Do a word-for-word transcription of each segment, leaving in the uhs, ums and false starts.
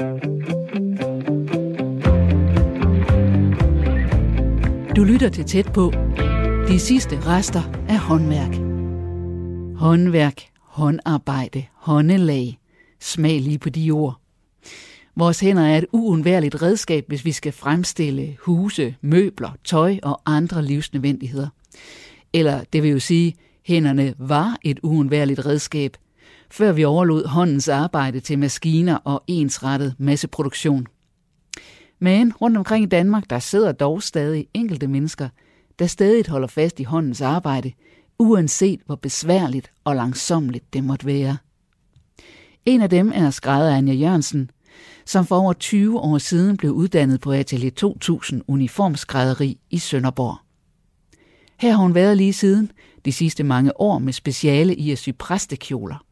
Du lytter til Tæt på. De sidste rester af håndværk. Håndværk, håndarbejde, håndelag. Smag lige på de ord. Vores hænder er et uundværligt redskab, hvis vi skal fremstille huse, møbler, tøj og andre livsnødvendigheder. Eller det vil jo sige, hænderne var et uundværligt redskab, før vi overlod håndens arbejde til maskiner og ensrettet masseproduktion. Men rundt omkring i Danmark, der sidder dog stadig enkelte mennesker, der stadig holder fast i håndens arbejde, uanset hvor besværligt og langsommeligt det måtte være. En af dem er skrædder Anja Jørgensen, som for over tyve år siden blev uddannet på Atelier to tusind uniformskrædderi i Sønderborg. Her har hun været lige siden, de sidste mange år med speciale i at sy præstekjoler.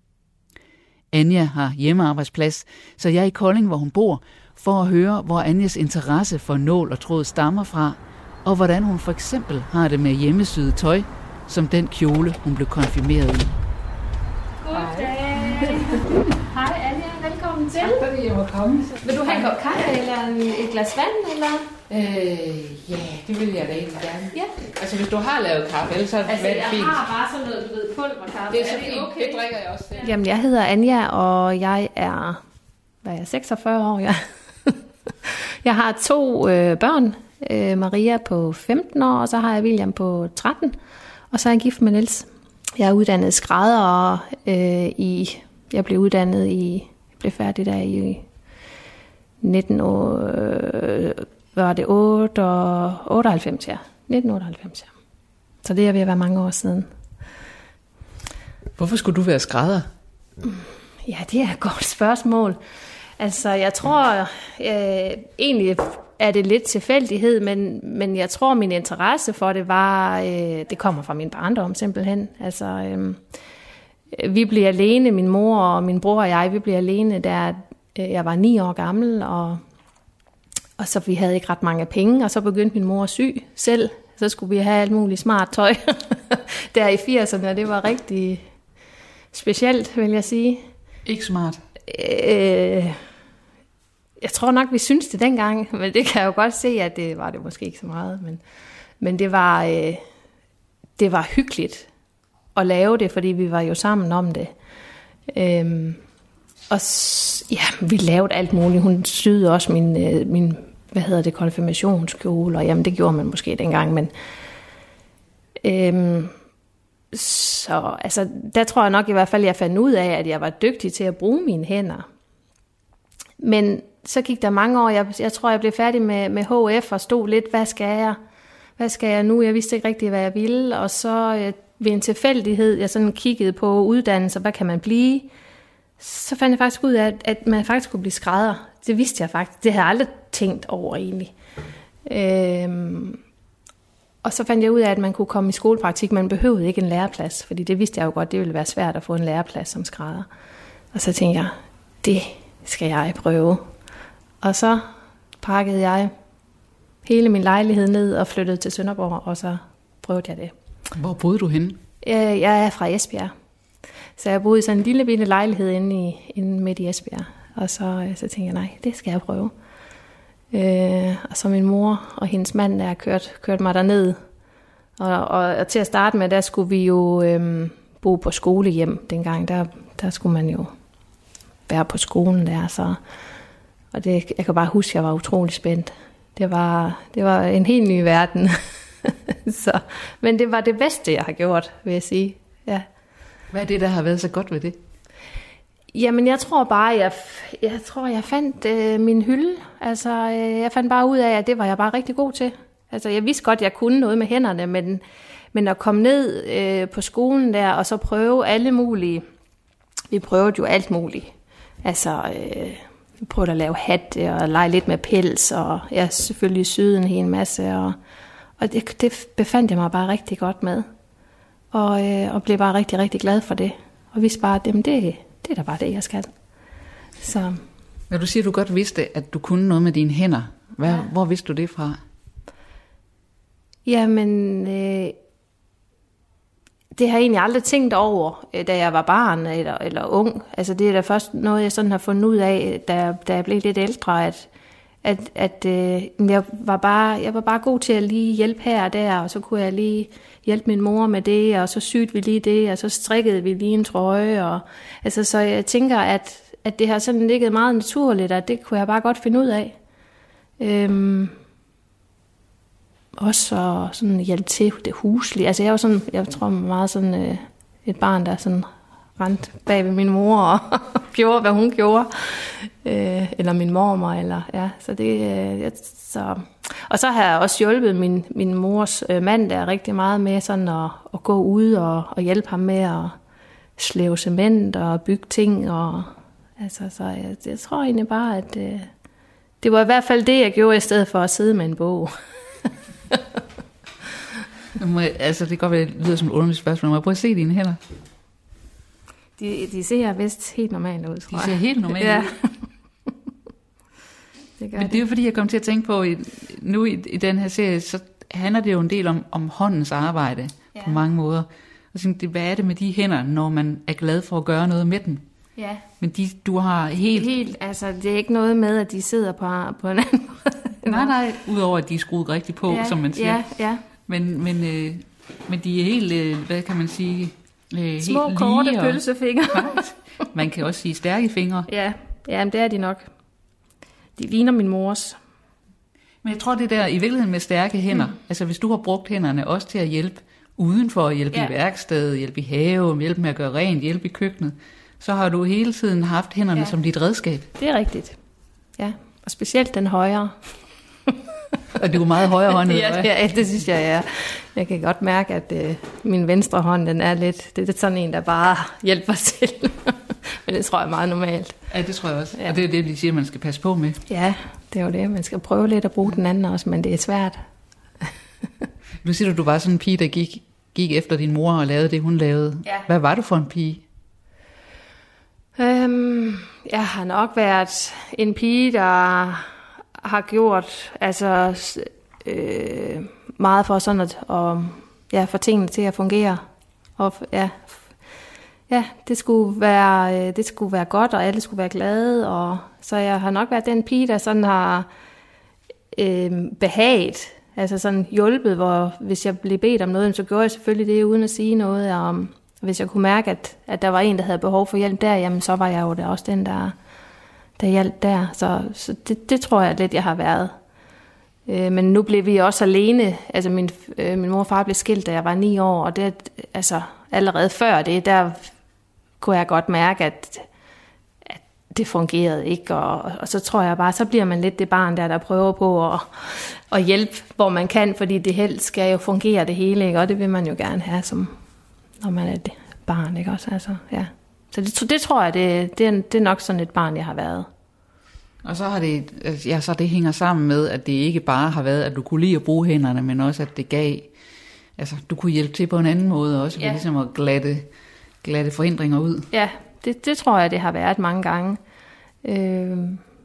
Anja har hjemmearbejdsplads, så jeg er i Kolding, hvor hun bor, for at høre, hvor Anjas interesse for nål og tråd stammer fra, og hvordan hun for eksempel har det med hjemmesyet tøj, som den kjole, hun blev konfirmeret i. Goddag. Hej Anja, velkommen til. Tak fordi jeg må komme. Vil du have en kop kaffe eller en, et glas vand? Eller? Øh, ja, det vil jeg da egentlig gerne. Ja. Altså hvis du har lavet kaffe, ellers er det altså, fint. jeg har bare sådan noget, du ved, pulverkaffe. Det er så er det fint, okay? det drikker jeg også. Ja. Jamen jeg hedder Anja, og jeg er, hvad er jeg, seksogfyrre år. Jeg, jeg har to øh, børn. Øh, Maria på femten år, og så har jeg William på tretten. Og så er jeg gift med Niels. Jeg er uddannet skrædder øh, i, jeg blev uddannet i, jeg blev færdig der i nitten, øh, var det otteoghalvfems, ja. nitten otteoghalvfems, ja. Så det er ved at være mange år siden. Hvorfor skulle du være skrædder? Ja, det er et godt spørgsmål. Altså, jeg tror øh, egentlig er det lidt tilfældighed, men, men jeg tror, min interesse for det var, øh, det kommer fra min barndom simpelthen. Altså, øh, vi blev alene, min mor og min bror og jeg, vi blev alene, da øh, jeg var ni år gammel, og, og så vi havde ikke ret mange penge, og så begyndte min mor at sy selv. Så skulle vi have alt muligt smart tøj der i firserne, og det var rigtig specielt, vil jeg sige. Ikke smart? Øh, jeg tror nok, vi synes det dengang, men det kan jeg jo godt se, at det var det måske ikke så meget. Men, men det var, øh, det var hyggeligt at lave det, fordi vi var jo sammen om det. Øh, og ja, vi lavede alt muligt. Hun syede også min, øh, min hvad hedder det, konfirmationskjole, og jamen det gjorde man måske dengang, men øh, så altså, der tror jeg nok i hvert fald, jeg fandt ud af, at jeg var dygtig til at bruge mine hænder. Men så gik der mange år, jeg, jeg tror, jeg blev færdig med, med H F og stod lidt, hvad skal jeg? Hvad skal jeg nu? Jeg vidste ikke rigtig, hvad jeg ville. Og så øh, ved en tilfældighed, jeg sådan kiggede på uddannelser, hvad kan man blive? Så fandt jeg faktisk ud af, at, at man faktisk kunne blive skrædder. Det vidste jeg faktisk. Det havde jeg aldrig tænkt over egentlig. Øhm, og så fandt jeg ud af, at man kunne komme i skolepraktik. Man behøvede ikke en læreplads, fordi det vidste jeg jo godt, det ville være svært at få en læreplads som skrædder. Og så tænkte jeg, det skal jeg prøve. Og så pakkede jeg hele min lejlighed ned og flyttede til Sønderborg, og så prøvede jeg det. Hvor boede du henne? Jeg, jeg er fra Esbjerg. Så jeg boede i sådan en lille bitte lejlighed inde, i, inde midt i Esbjerg. Og så, så tænkte jeg, nej, det skal jeg prøve. Øh, og så min mor og hendes mand der kørte, kørte mig derned. Og, og, og til at starte med, der skulle vi jo øhm, bo på skolehjem dengang. Der, der skulle man jo være på skolen der. Så, og det, jeg kan bare huske, at jeg var utrolig spændt. Det var, det var en helt ny verden. så, men det var det bedste, jeg har gjort, vil jeg sige. Ja. Hvad er det, der har været så godt ved det? Jamen, jeg tror bare, jeg, jeg tror, jeg fandt øh, min hylde. Altså, øh, jeg fandt bare ud af, at det var jeg bare rigtig god til. Altså, jeg vidste godt, at jeg kunne noget med hænderne, men, men at komme ned øh, på skolen der, og så prøve alle mulige. Vi prøvede jo alt muligt. Altså, øh, vi prøvede at lave hatte og lege lidt med pels, og jeg selvfølgelig syede en hel masse. Og, og det, det befandt jeg mig bare rigtig godt med. Og, øh, og blev bare rigtig, rigtig glad for det. Og vidste bare, at det, det er da bare det, jeg skal. Så. Når du siger, at du godt vidste, at du kunne noget med dine hænder, hvad, ja. Hvor vidste du det fra? Jamen, øh, det har jeg egentlig aldrig tænkt over, da jeg var barn eller, eller ung. Altså det er da først noget, jeg sådan har fundet ud af, da, da jeg blev lidt ældre, at, at, at øh, jeg, var bare, jeg var bare god til at lige hjælpe her og der, og så kunne jeg lige hjælpe min mor med det, og så syede vi lige det, og så strikkede vi lige en trøje. Og, altså, så jeg tænker, at, at det har sådan ligget meget naturligt, og det kunne jeg bare godt finde ud af. Øhm, også og sådan hjælpe til det huslige. Altså jeg var sådan, jeg tror meget sådan øh, et barn, der sådan rendte bag ved min mor og gjorde, hvad hun gjorde. Øh, eller min mormor, eller ja, så det, øh, jeg, så. Og så har jeg også hjulpet min, min mors øh, mand der rigtig meget med sådan at, at gå ud og, og hjælpe ham med at slæve cement og bygge ting. Og, altså, så jeg, jeg tror egentlig bare, at øh, det var i hvert fald det, jeg gjorde, i stedet for at sidde med en bog. må jeg, altså det kan godt være, det lyder som et underligt spørgsmål. Må jeg prøve at se dine hænder? De, de ser vist helt normalt ud, tror jeg. De ser helt normalt ja. ud. det Men det er jo fordi, jeg kom til at tænke på, at nu i, i den her serie, så handler det jo en del om, om håndens arbejde ja. På mange måder. Og så tænkte, hvad er det med de hænder, når man er glad for at gøre noget med dem? Ja. Men de, du har helt... Helt, altså det er ikke noget med, at de sidder på, på en anden måde. Nej, nej, udover at de er skruet rigtig på, ja, som man siger. Ja, ja. Men, men, øh, men de er helt, øh, hvad kan man sige... Øh, små, helt korte lige, pølsefingre. Man kan også sige stærke fingre. Ja, ja, men det er de nok. De ligner min mors. Men jeg tror, det der i virkeligheden med stærke hænder, mm. altså hvis du har brugt hænderne også til at hjælpe udenfor, hjælpe ja. I værkstedet, hjælpe i haven, hjælpe med at gøre rent, hjælpe i køkkenet, så har du hele tiden haft hænderne ja. Som dit redskab. Det er rigtigt. Ja, og specielt den højre. Og du er meget højrehåndet. ja, ja, det synes jeg, ja. Jeg kan godt mærke, at øh, min venstre hånd, den er lidt, det er sådan en, der bare hjælper til. Men det tror jeg er meget normalt. Ja, det tror jeg også. Ja. Og det er det, de siger, man skal passe på med. Ja, det er jo det. Man skal prøve lidt at bruge den anden også, men det er svært. Nu siger du, du var sådan en pige, der gik, gik efter din mor og lavede det, hun lavede. Ja. Hvad var du for en pige? Øhm, jeg har nok været en pige, der har gjort altså, øh, meget for sådan at og, ja, få tingene til at fungere. Og, ja, ja, det skulle være det skulle være godt, og alle skulle være glade. Og, så jeg har nok været den pige, der sådan har øh, behaget, altså sådan hjulpet, hvor hvis jeg blev bedt om noget, så gjorde jeg selvfølgelig det uden at sige noget. Og hvis jeg kunne mærke, at, at der var en, der havde behov for hjælp der, jamen så var jeg jo der også den, der, der hjalp der. Så, så det, det tror jeg lidt, jeg har været. Øh, men nu blev vi også alene. Altså min, øh, min mor og far blev skilt, da jeg var ni år, og det, altså, allerede før det, der kunne jeg godt mærke, at, at det fungerede ikke. Og, og så tror jeg bare, så bliver man lidt det barn der, der prøver på at, at hjælpe, hvor man kan, fordi det helst skal jo fungere det hele, ikke? Og det vil man jo gerne have, som, når man er det barn, ikke også? Altså, ja. Så det, det tror jeg, det, det, er, det er nok sådan et barn, jeg har været. Og så har det, ja, så det hænger sammen med, at det ikke bare har været, at du kunne lide at bruge hænderne, men også at det gav, altså du kunne hjælpe til på en anden måde også, ja. Ligesom at glatte, glatte forhindringer ud. Ja, det, det tror jeg, det har været mange gange. Øh...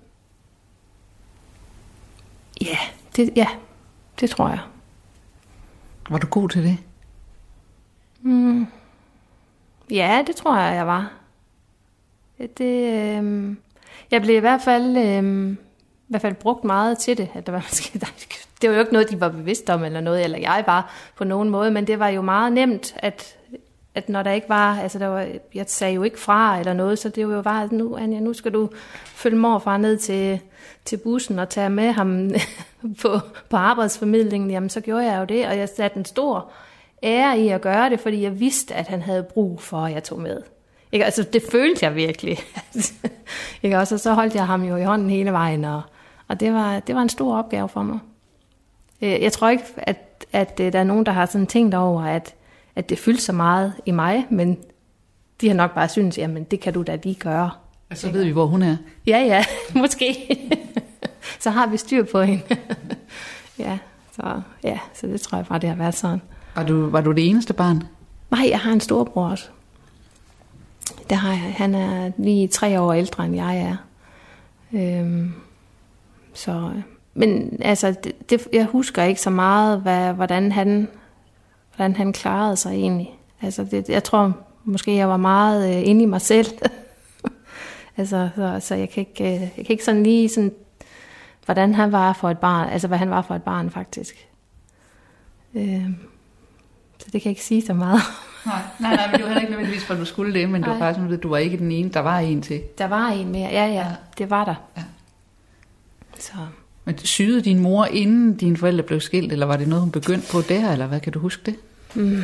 Ja, det, ja, det tror jeg. Var du god til det? Mm. Ja, det tror jeg, jeg var. Det, øh... Jeg blev i hvert fald, øh, i hvert fald brugt meget til det. At der var, måske, det var jo ikke noget, de var bevidst om, eller noget, eller jeg var på nogen måde, men det var jo meget nemt, at, at når der ikke var, altså der var, jeg sagde jo ikke fra eller noget, så det var jo bare, nu Anja, nu skal du følge morfar ned til, til bussen og tage med ham på, på arbejdsformidlingen. Jamen, så gjorde jeg jo det, og jeg satte en stor ære i at gøre det, fordi jeg vidste, at han havde brug for, at jeg tog med. Ikke? Altså, det følte jeg virkelig. Ikke? Og så, så holdt jeg ham jo i hånden hele vejen, og, og det, var, det var en stor opgave for mig. Jeg tror ikke, at, at der er nogen, der har sådan tænkt over, at, at det fyldte så meget i mig, men de har nok bare syntes, jamen det kan du da lige gøre. Og så ved vi, hvor hun er. Ja, ja, måske. Så har vi styr på hende. ja, så, ja, så det tror jeg bare, det har været sådan. Var du, var du det eneste barn? Nej, jeg har en storebror også. Det har jeg. Han er lige tre år ældre, end jeg er. Øhm, så, men altså, det, det, jeg husker ikke så meget, hvad, hvordan, han, hvordan han klarede sig egentlig. Altså, det, jeg tror måske, jeg var meget øh, inde i mig selv. altså, så, så jeg kan ikke, øh, jeg kan ikke sådan lige sådan, hvordan han var for et barn, altså hvad han var for et barn faktisk. Øh, så det kan jeg ikke sige så meget. nej, nej, nej, men det var heller ikke nødvendigvis, for du skulle det, men det var bare sådan, at du var ikke den ene, der var en til. Der var en mere, ja, ja, ja. Det var der. Ja. Så. Men syede din mor, inden dine forældre blev skilt, eller var det noget, hun begyndte på der, eller hvad, kan du huske det? Mm.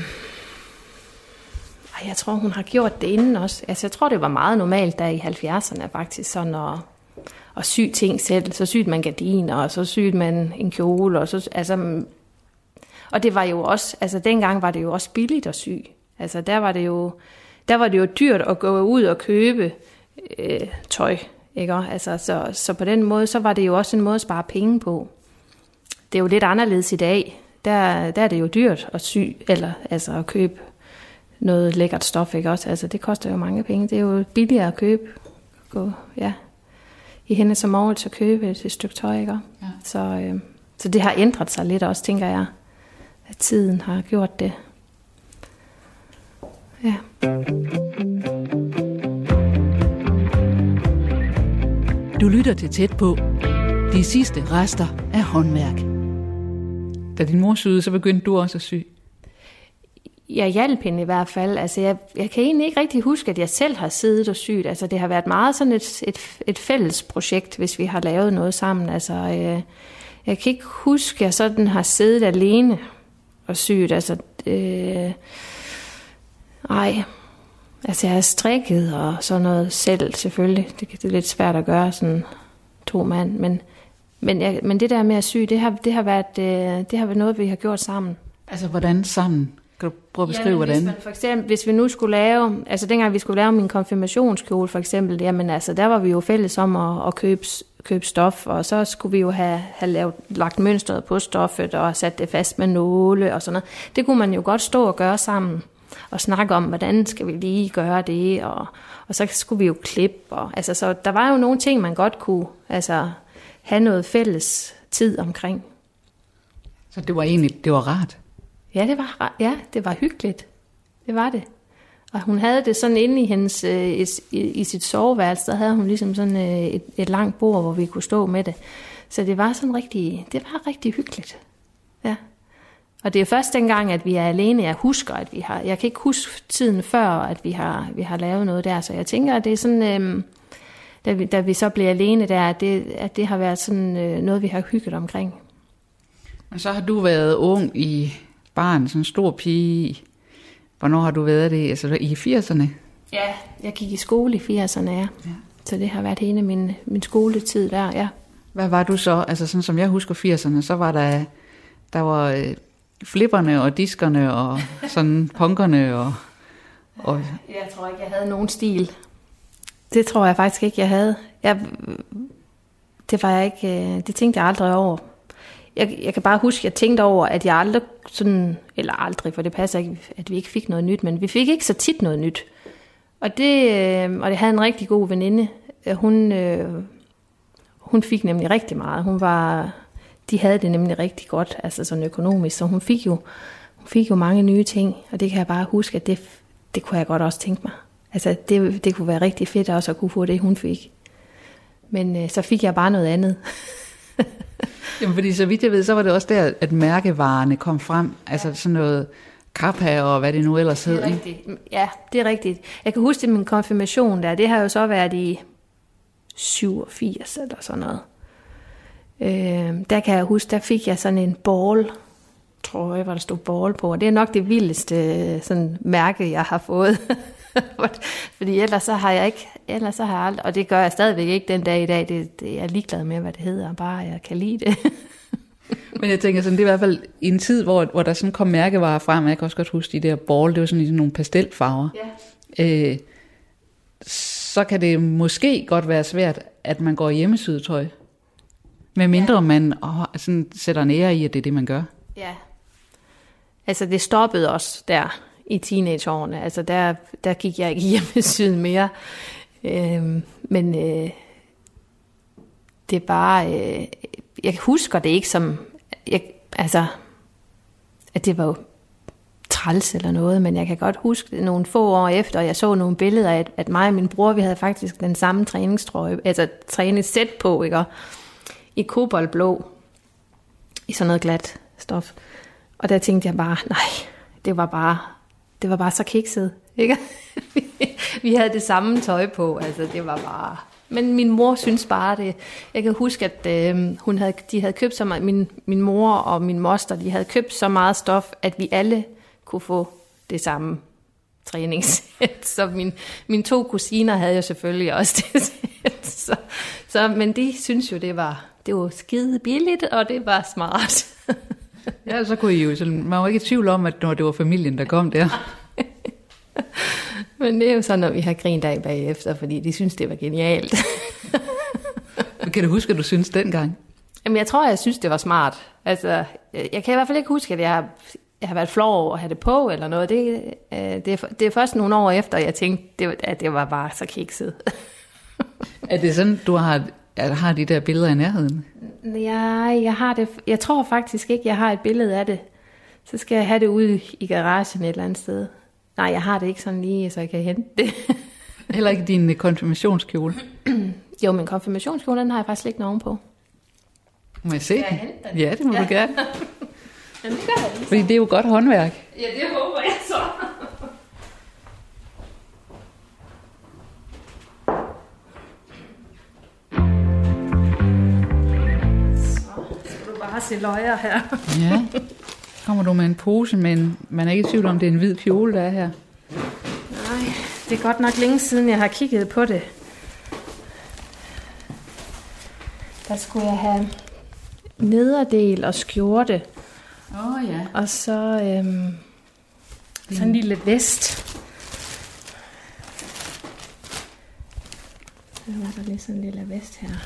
Jeg tror, hun har gjort det inden også. Altså, jeg tror, det var meget normalt der i halvfjerdserne faktisk, sådan at, at sy ting selv. Så syede man gardiner, og så syede man en kjole, og så, altså, og det var jo også, altså dengang var det jo også billigt at sy. Altså, der var det jo, der var det jo dyrt at gå ud og købe øh, tøj, ikke? Altså, så, så på den måde, så var det jo også en måde at spare penge på. Det er jo lidt anderledes i dag. Der, der er det jo dyrt at sy, eller altså at købe noget lækkert stof, ikke også? Altså, det koster jo mange penge. Det er jo billigere at købe, gå, ja, i hende som over til at købe et, et stykke tøj, ikke? Ja. Så, øh, så det har ændret sig lidt også, tænker jeg, at tiden har gjort det. Ja. Du lytter til Tæt på. De sidste rester af håndværk. Da din mor syede, så begyndte du også at sy? Jeg hjalp hende i hvert fald. Altså, jeg, jeg kan egentlig ikke rigtig huske, at jeg selv har siddet og syet. Altså, det har været meget sådan et, et, et fælles projekt, hvis vi har lavet noget sammen. Altså, øh, jeg kan ikke huske, at jeg sådan har siddet alene og syet. Altså, øh, ej, altså, jeg har strikket og sådan noget selv, selvfølgelig. Det, det er lidt svært at gøre sådan to mand, men Men, jeg, men det der med at sy, det har, det har været, øh, det har været noget, vi har gjort sammen. Altså, hvordan sammen? Kan du prøve at beskrive, ja, hvordan? Hvis, man for eksempel, hvis vi nu skulle lave, altså dengang vi skulle lave min konfirmationskjole for eksempel, jamen altså, der var vi jo fælles om at, at købe, købe stof, og så skulle vi jo have, have lavet, lagt mønstret på stoffet og sat det fast med nåle og sådan noget. Det kunne man jo godt stå og gøre sammen og snakke om, hvordan skal vi lige gøre det, og, og så skulle vi jo klippe. Og, altså, så der var jo nogle ting, man godt kunne altså, have noget fælles tid omkring. Så det var egentlig, det var rart? Ja, det var, ja, det var hyggeligt. Det var det. Og hun havde det sådan inde i, hendes, øh, i, i sit soveværelse, der havde hun ligesom sådan øh, et, et langt bord, hvor vi kunne stå med det. Så det var sådan rigtig, det var rigtig hyggeligt. Ja. Og det er først dengang, at vi er alene, jeg husker, at vi har, jeg kan ikke huske tiden før, at vi har, vi har lavet noget der, så jeg tænker, at det er sådan, øh, da, vi, da vi så blev alene der, at det, at det har været sådan øh, noget, vi har hygget omkring. Men så har du været ung i barn, sådan en stor pige. Hvornår har du været det? Altså i firserne? Ja, jeg gik i skole i firserne, ja. ja. Så det har været hele min, min skoletid der, ja. Hvad var du så? Altså sådan som jeg husker firserne, så var der, der var øh, flipperne og diskerne og sådan punkerne og, og... Jeg tror ikke, jeg havde nogen stil. Det tror jeg faktisk ikke, jeg havde. Jeg, det var jeg ikke, det tænkte jeg aldrig over. Jeg, jeg kan bare huske, at jeg tænkte over, at jeg aldrig sådan, eller aldrig, for det passer ikke, at vi ikke fik noget nyt, men vi fik ikke så tit noget nyt. Og det, og det havde en rigtig god veninde. Hun, hun fik nemlig rigtig meget. Hun var, de havde det nemlig rigtig godt, altså sådan økonomisk, så hun fik jo, hun fik jo mange nye ting, og det kan jeg bare huske, at det, det kunne jeg godt også tænke mig. Altså det, det kunne være rigtig fedt også at kunne få det, hun fik. Men så fik jeg bare noget andet. Jamen, fordi så vidt jeg ved, så var det også der, at mærkevarerne kom frem. Altså sådan noget Kappa og hvad det nu ellers hed. Det er rigtigt. Ja, det er rigtigt. Jeg kan huske det min konfirmation der. Det har jo så været i syvogfirs eller sådan noget. Øh, der kan jeg huske, der fik jeg sådan en ball, tror jeg, hvor der stod ball på. Og det er nok det vildeste sådan, mærke, jeg har fået. Fordi ellers så har jeg ikke, ellers så har jeg aldrig, og det gør jeg stadigvæk ikke den dag i dag, det, det, jeg er ligeglad med, hvad det hedder, bare jeg kan lide det. Men jeg tænker sådan, det er i hvert fald i en tid, hvor, hvor der sådan kom mærkevarer frem, jeg kan også godt huske de der ball, det var sådan, sådan nogle pastelfarver. Ja. Øh, så kan det måske godt være svært, at man går hjemmesydetøj, med mindre ja. man åh, sådan sætter en ære i, at det er det, man gør. Ja, altså det stoppede også der i teenageårene. Altså der, der gik jeg ikke hjemmesyden mere. Øhm, men øh, det er bare... Øh, jeg husker det ikke som... Jeg, altså, at det var jo træls eller noget, men jeg kan godt huske nogle få år efter, og jeg så nogle billeder af, at mig og min bror, vi havde faktisk den samme træningstrøje, altså træningssæt på, ikke? I koboldblå, i sådan noget glat stof. Og der tænkte jeg bare, nej, det var bare, det var bare så kikset, ikke? Vi havde det samme tøj på, altså det var bare... Men min mor synes bare det. Jeg kan huske, at øh, hun havde, de havde købt så meget, min, min mor og min moster, de havde købt så meget stof, at vi alle kunne få det samme træningssæt. Så min, mine to kusiner havde jo selvfølgelig også det sæt. Så, så, men de synes jo, det var, det var skide billigt, og det var smart. Ja, så kunne I jo, så man var ikke i tvivl om, at når det var familien, der kom der. Men det er jo sådan, når vi har grint af bagefter, fordi de synes, det var genialt. Kan du huske, at du synes dengang? Jamen, jeg tror, jeg synes, det var smart. Altså, jeg kan i hvert fald ikke huske, at jeg har, jeg har været flov over at have det på, eller noget. Det, det, er, det er først nogle år efter, jeg tænkte, det, at det var bare så kikset. Er det sådan, du har, har de der billeder i nærheden? Ja, jeg har det. Jeg tror faktisk ikke, jeg har et billede af det. Så skal jeg have det ude i garagen et eller andet sted. Nej, jeg har det ikke sådan lige, så jeg kan hente det. Heller ikke din konfirmationskjole? Jo, min konfirmationskjole, den har jeg faktisk liggende ovenpå. Må jeg se den? Jeg den? Ja, det må ja. Du gerne. Men det gør jeg lige så. Fordi det er jo godt håndværk. Ja, det håber jeg så. Så skal du bare se løjer her. Ja. Kommer du med en pose, men man er ikke i tvivl om, det er en hvid kjole, der er her. Nej, det er godt nok længe siden, jeg har kigget på det. Der skulle jeg have nederdel og skjorte. Åh oh, ja. Og så øhm, sådan en lille vest. Så var der lige sådan en lille vest her.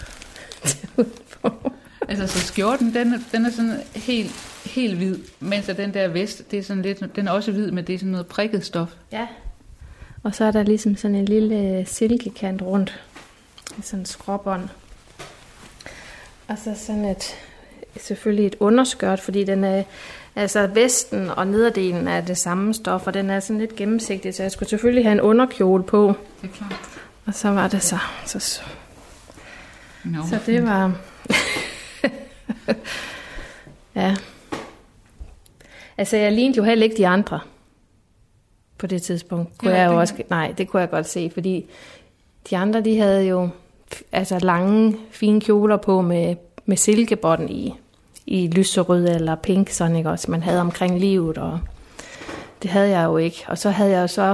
Altså, så skjorten, den, den er sådan helt, helt hvid, mens den der vest, det er sådan lidt, den er også hvid, men det er sådan noget prikket stof. Ja, og så er der ligesom sådan en lille silkekant rundt, sådan en skråbånd. Og så sådan et, selvfølgelig et underskørt, fordi den er, altså vesten og nederdelen er det samme stof, og den er sådan lidt gennemsigtig, så jeg skulle selvfølgelig have en underkjole på. Det er klart. Og så var det så, så, så, no, så det var... Ja. Altså, jeg lignede jo heller ikke de andre på det tidspunkt. Kunne jeg jo også, nej, det kunne jeg godt se, fordi de andre, de havde jo altså lange, fine kjoler på med, med silkebånd i, i lyserød eller pink, sådan ikke også, man havde omkring livet, og det havde jeg jo ikke. Og så havde jeg jo så,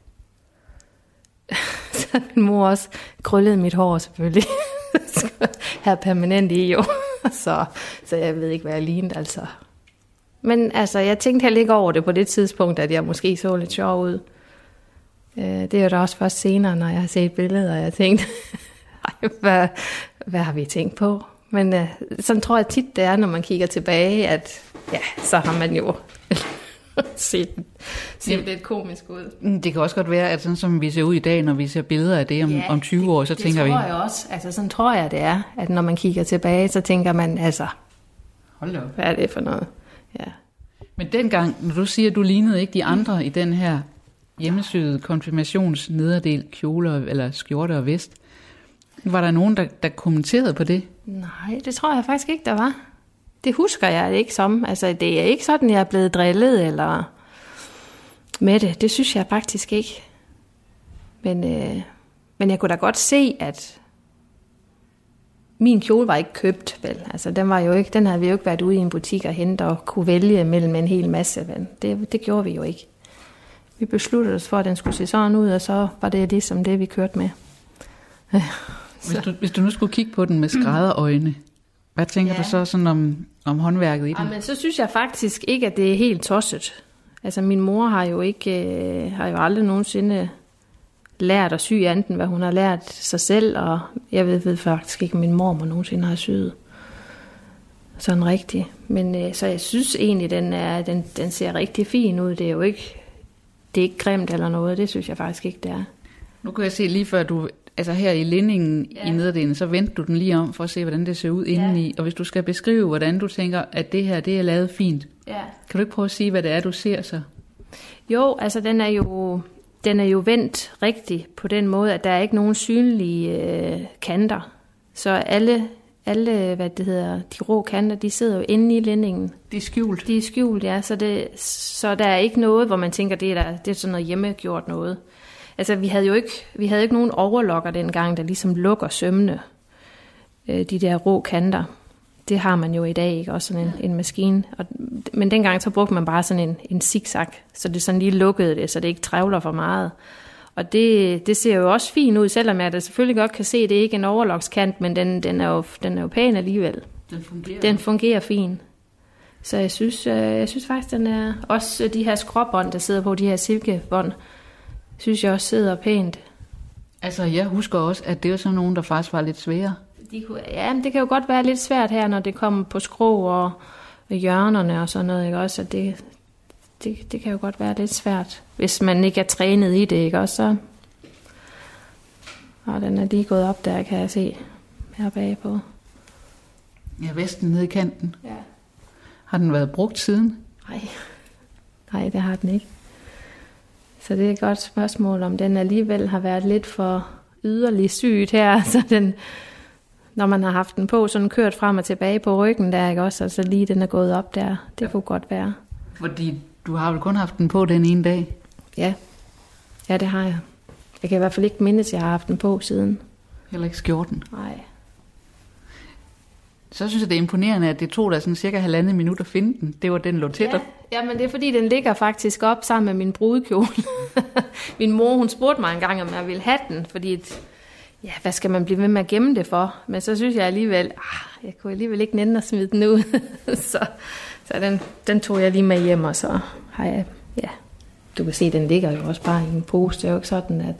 så min mor også krøllet mit hår selvfølgelig, her permanent i jo. Så, så jeg ved ikke, hvad jeg lignede, altså. Men altså, jeg tænkte heller ikke over det på det tidspunkt, at jeg måske så lidt sjov ud. Det er jo da også først senere, når jeg har set billeder, og jeg tænkte, hvad, hvad har vi tænkt på? Men uh, sådan tror jeg tit, det er, når man kigger tilbage, at ja, så har man jo set, set lidt komisk ud. Det kan også godt være, at sådan som vi ser ud i dag, når vi ser billeder af det om, ja, om tyve år, så det, tænker vi... Det tror jeg også. Altså sådan tror jeg, det er, at når man kigger tilbage, så tænker man, altså, hold op. Hvad er det for noget? Ja. Men dengang, når du siger, at du lignede ikke de andre i den her hjemmesyede konfirmationsnederdel, kjoler eller skjorte og vest, var der nogen, der, der kommenterede på det? Nej, det tror jeg faktisk ikke, der var. Det husker jeg ikke som. Altså, det er ikke sådan, jeg er blevet drillet eller med det. Det synes jeg faktisk ikke. Men, øh, men jeg kunne da godt se, at min kjole var ikke købt, vel. Altså, den var jo ikke, den havde vi jo ikke været ude i en butik og hente og kunne vælge mellem en hel masse, vel. Det, det gjorde vi jo ikke. Vi besluttede os for, at den skulle se sådan ud, og så var det ligesom det, vi kørte med. Hvis du, hvis du nu skulle kigge på den med skrædderøjne, hvad tænker ja. du så sådan om, om håndværket i den? Jamen, så synes jeg faktisk ikke, at det er helt tosset. Altså, min mor har jo ikke, øh, har jo aldrig nogensinde lært at sy anden, hvad hun har lært sig selv, og jeg ved, ved faktisk ikke, at min mormor nogensinde har syet sådan rigtigt. Men øh, så jeg synes egentlig, den er, den, den ser rigtig fin ud. Det er jo ikke, det er ikke grimt eller noget. Det synes jeg faktisk ikke, det er. Nu kan jeg se lige før du, altså her i lindingen ja. i nederdelen, så vendte du den lige om for at se, hvordan det ser ud ja. indeni. Og hvis du skal beskrive, hvordan du tænker, at det her, det er lavet fint. Ja. Kan du ikke prøve at sige, hvad det er, du ser så? Jo, altså den er jo, den er jo vendt rigtigt på den måde, at der er ikke nogen synlige øh, kanter. Så alle, alle, hvad det hedder, de rå kanter, de sidder jo inde i lændingen. De er skjult? De er skjult, ja. Så, det, så der er ikke noget, hvor man tænker, det er, der, det er sådan noget hjemmegjort noget. Altså, vi havde jo ikke, vi havde ikke nogen overlokker dengang, der ligesom lukker sømmene, øh, de der rå kanter. Det har man jo i dag, ikke? Også sådan en, en maskine. Og, men dengang så brugte man bare sådan en, en zigzag, så det sådan lige lukkede det, så det ikke trævler for meget. Og det, det ser jo også fint ud, selvom jeg da selvfølgelig godt kan se, at det ikke er en overlokskant, men den, den, er jo, den er jo pæn alligevel. Den fungerer. Den fungerer fint. Så jeg synes, jeg synes faktisk, den er også de her skråbånd, der sidder på, de her silkebånd, synes jeg også sidder pænt. Altså, jeg husker også, at det er sådan nogen, der faktisk var lidt svære. De kunne, ja, men det kan jo godt være lidt svært her, når det kommer på skrå og hjørnerne og sådan noget, ikke også? At det, det, det kan jo godt være lidt svært, hvis man ikke er trænet i det, ikke også? Så... Og den er lige gået op der, kan jeg se, her bagpå. Ja, vesten nede i kanten. Ja. Har den været brugt siden? Nej, nej, det har den ikke. Så det er et godt spørgsmål, om den alligevel har været lidt for yderlig sygt her, så den... Når man har haft den på, sådan kørt frem og tilbage på ryggen der, ikke også? Altså lige den er gået op der. Det kunne godt være. Fordi du har vel kun haft den på den ene dag? Ja. Ja, det har jeg. Jeg kan i hvert fald ikke mindes, at jeg har haft den på siden. Heller ikke skjorten? Nej. Så synes jeg, det er imponerende, at det tog dig sådan cirka halvandet minut at finde den. Det var den lå tæt op. Ja, men det er fordi, den ligger faktisk op sammen med min brudekjole. Min mor, hun spurgte mig engang, om jeg ville have den, fordi... Ja, hvad skal man blive ved med at gemme det for? Men så synes jeg alligevel, ah, jeg kunne alligevel ikke nænde at smide den ud. så så den, den tog jeg lige med hjem, og så har jeg, ja, du kan se, den ligger jo også bare i en pose. Det er jo ikke sådan, at...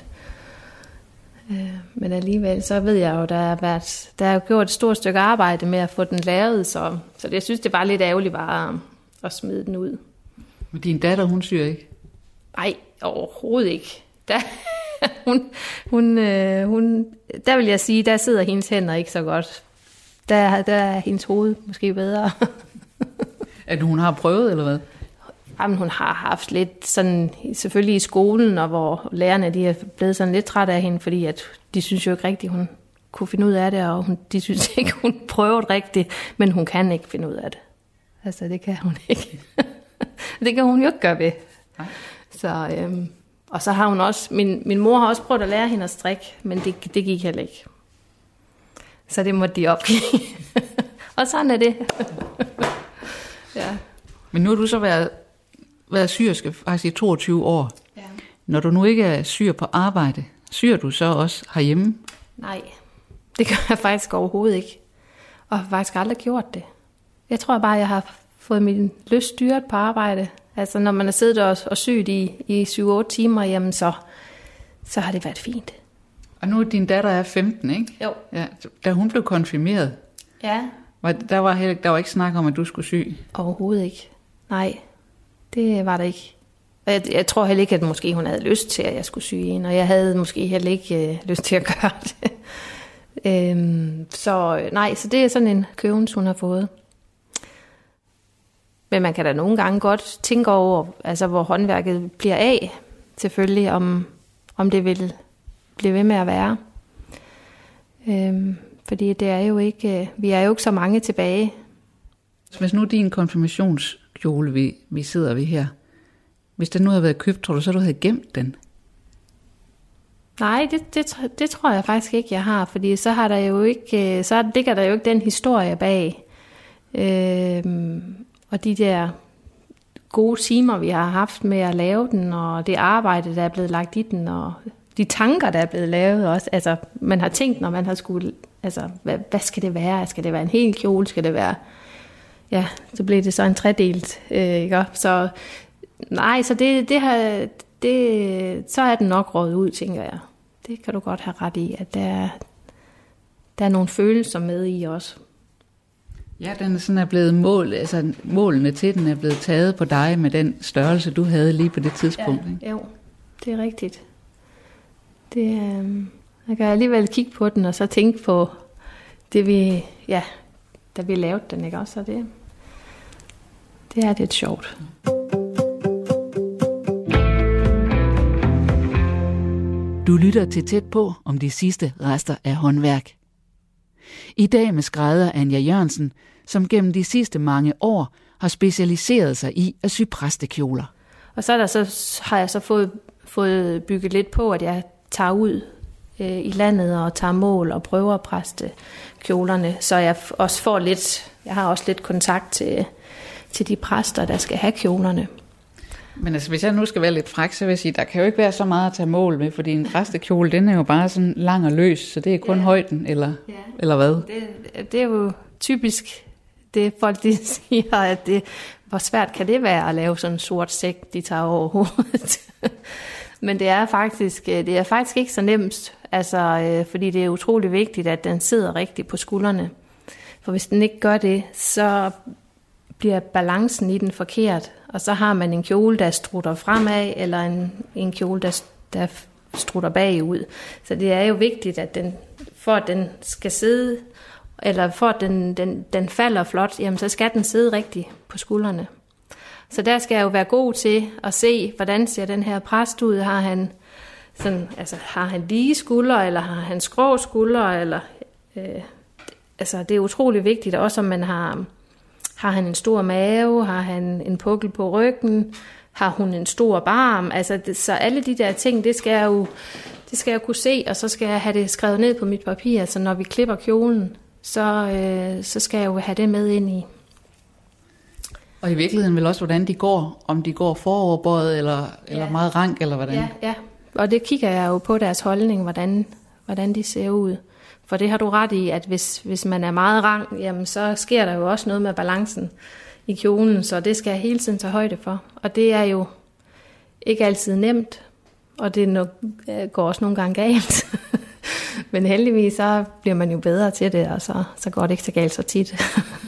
Øh, men alligevel, så ved jeg jo, der er, været, der er jo gjort et stort stykke arbejde med at få den lavet, så, så det, jeg synes, det er bare lidt ærgerligt bare at smide den ud. Men din datter, hun syr ikke? Nej, overhovedet ikke. Der... hun, hun, øh, hun, der vil jeg sige, der sidder hendes hænder ikke så godt. Der, der er hendes hoved måske bedre. At hun har prøvet, eller hvad? Jamen, hun har haft lidt sådan, selvfølgelig i skolen, og hvor lærerne de er blevet sådan lidt trætte af hende, fordi at de synes jo ikke rigtigt, hun kunne finde ud af det, og hun, de synes ikke, hun prøvede rigtigt, men hun kan ikke finde ud af det. Altså, det kan hun ikke. Det kan hun jo ikke gøre ved. Nej. Så... Øhm, Og så har hun også, min, min mor har også prøvet at lære hende at strikke, men det, det gik heller ikke. Så det måtte de opgive. Og sådan er det. Ja. Men nu har du så været, været syrske faktisk i toogtyve år. Ja. Når du nu ikke er syr på arbejde, syr du så også herhjemme? Nej, det gør jeg faktisk overhovedet ikke. Og har faktisk aldrig gjort det. Jeg tror bare, jeg har fået min lyst styret på arbejde. Altså, når man har siddet og, og syet i, i syv otte timer, jamen så, så har det været fint. Og nu er din datter er femten, ikke? Jo. Ja, da hun blev konfirmeret, ja. var, der, var heller, der var ikke snak om, at du skulle sy? Overhovedet ikke. Nej, det var der ikke. Og jeg, jeg tror heller ikke, at måske hun havde lyst til, at jeg skulle sy en, og jeg havde måske heller ikke øh, lyst til at gøre det. øhm, så nej, så det er sådan en køvens, hun har fået. Men man kan da nogle gange godt tænke over, altså hvor håndværket bliver af, selvfølgelig, om, om det vil blive ved med at være. Øhm, fordi det er jo ikke, vi er jo ikke så mange tilbage. Hvis nu din konfirmationskjole, vi, vi sidder ved her, hvis den nu havde været købt, tror du så, du havde gemt den? Nej, det, det, det tror jeg faktisk ikke, jeg har, fordi så har der jo ikke, så ligger der jo ikke den historie bag. Øhm, Og de der gode timer, vi har haft med at lave den, og det arbejde, der er blevet lagt i den, og de tanker, der er blevet lavet også. Altså, man har tænkt, når man har skulle, altså, hvad, hvad skal det være? Skal det være en hel kjole? Skal det være, ja, så blev det så en tredelt, øh, ikke? Så nej, så det, det har, det, så er den nok røget ud, tænker jeg. Det kan du godt have ret i, at der, der er nogle følelser med i også. Ja, den er sådan er blevet mål, altså målene til den er blevet taget på dig med den størrelse, du havde lige på det tidspunkt. Ja, ikke? Jo, det er rigtigt. Det, øh, jeg kan alligevel kigge på den, og så tænke på det, vi, ja, da vi lavede den, ikke også? Så det, det er lidt sjovt. Du lytter til Tæt på om de sidste rester af håndværk. I dag med skrædder Anja Jørgensen, som gennem de sidste mange år har specialiseret sig i at sy præstekjoler. Og så, er der så har jeg så fået, fået bygget lidt på, at jeg tager ud øh, i landet og tager mål og prøver at præste kjolerne, så jeg også får lidt, jeg har også lidt kontakt til, til de præster, der skal have kjolerne. Men altså, hvis jeg nu skal være lidt fræk, så vil jeg sige, der kan jo ikke være så meget at tage mål med, fordi en præstekjole, den er jo bare sådan lang og løs, så det er kun ja. højden, eller, ja. eller hvad? Det, det er jo typisk det, folk de siger, at det, hvor svært kan det være at lave sådan en sort sæk, de tager over hovedet. Men det er faktisk, det er faktisk ikke så nemt, altså, fordi det er utrolig vigtigt, at den sidder rigtigt på skuldrene. For hvis den ikke gør det, så bliver balancen i den forkert, og så har man en kjole, der strutter fremad, eller en, en kjole, der, der strutter bagud. Så det er jo vigtigt, at den, for at den skal sidde, eller for at den, den, den falder flot, jamen så skal den sidde rigtigt på skuldrene. Så der skal jeg jo være god til at se, hvordan ser den her præst ud. Har han, sådan, altså, har han lige skuldre, eller har han skrå skuldre? Eller, øh, altså, det er utrolig vigtigt, også om man har, har han en stor mave, har han en pukkel på ryggen, har hun en stor barm. Altså, det, så alle de der ting, det skal, jeg jo, det skal jeg kunne se, og så skal jeg have det skrevet ned på mit papir, så når vi klipper kjolen, så, øh, så skal jeg jo have det med ind i. Og i virkeligheden vel også, hvordan de går, om de går foroverbøjet, eller, ja. eller meget rank, eller hvordan? Ja, ja, og det kigger jeg jo på deres holdning, hvordan, hvordan de ser ud. For det har du ret i, at hvis, hvis man er meget rank, jamen så sker der jo også noget med balancen i kjolen, så det skal jeg hele tiden tage højde for. Og det er jo ikke altid nemt, og det nok, går også nogle gange galt. Men heldigvis så bliver man jo bedre til det, og så, så går det ikke så galt så tit.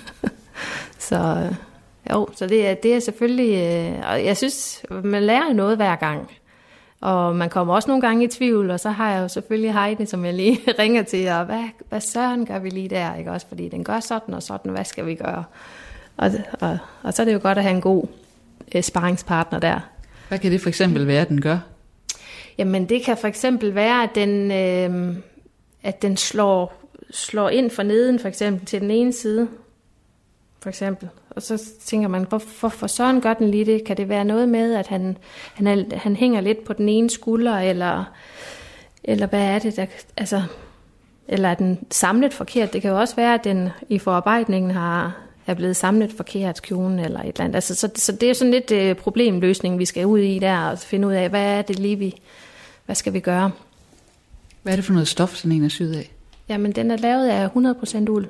så jo, så det er, det er selvfølgelig, og jeg synes, man lærer noget hver gang. Og man kommer også nogle gange i tvivl, og så har jeg jo selvfølgelig Heidi, som jeg lige ringer til, og hvad, hvad søren gør vi lige der, ikke også? Fordi den gør sådan og sådan, hvad skal vi gøre? Og, og, og så er det jo godt at have en god eh, sparringspartner der. Hvad kan det for eksempel være, at den gør? Jamen det kan for eksempel være, at den, øh, at den slår, slår ind fra neden, for eksempel til den ene side, for eksempel. Og så tænker man, hvorfor for søren gør den lige det? Kan det være noget med, at han, han, er, han hænger lidt på den ene skulder, eller, eller hvad er det, der, altså, eller er den samlet forkert? Det kan jo også være, at den i forarbejdningen har, er blevet samlet forkert, kjolen eller et eller andet. Altså, så, så det er sådan lidt uh, problemløsning, vi skal ud i der, og finde ud af, hvad er det lige, vi, hvad skal vi gøre? Hvad er det for noget stof, sådan en er syet af? Jamen, den er lavet af hundrede procent uld.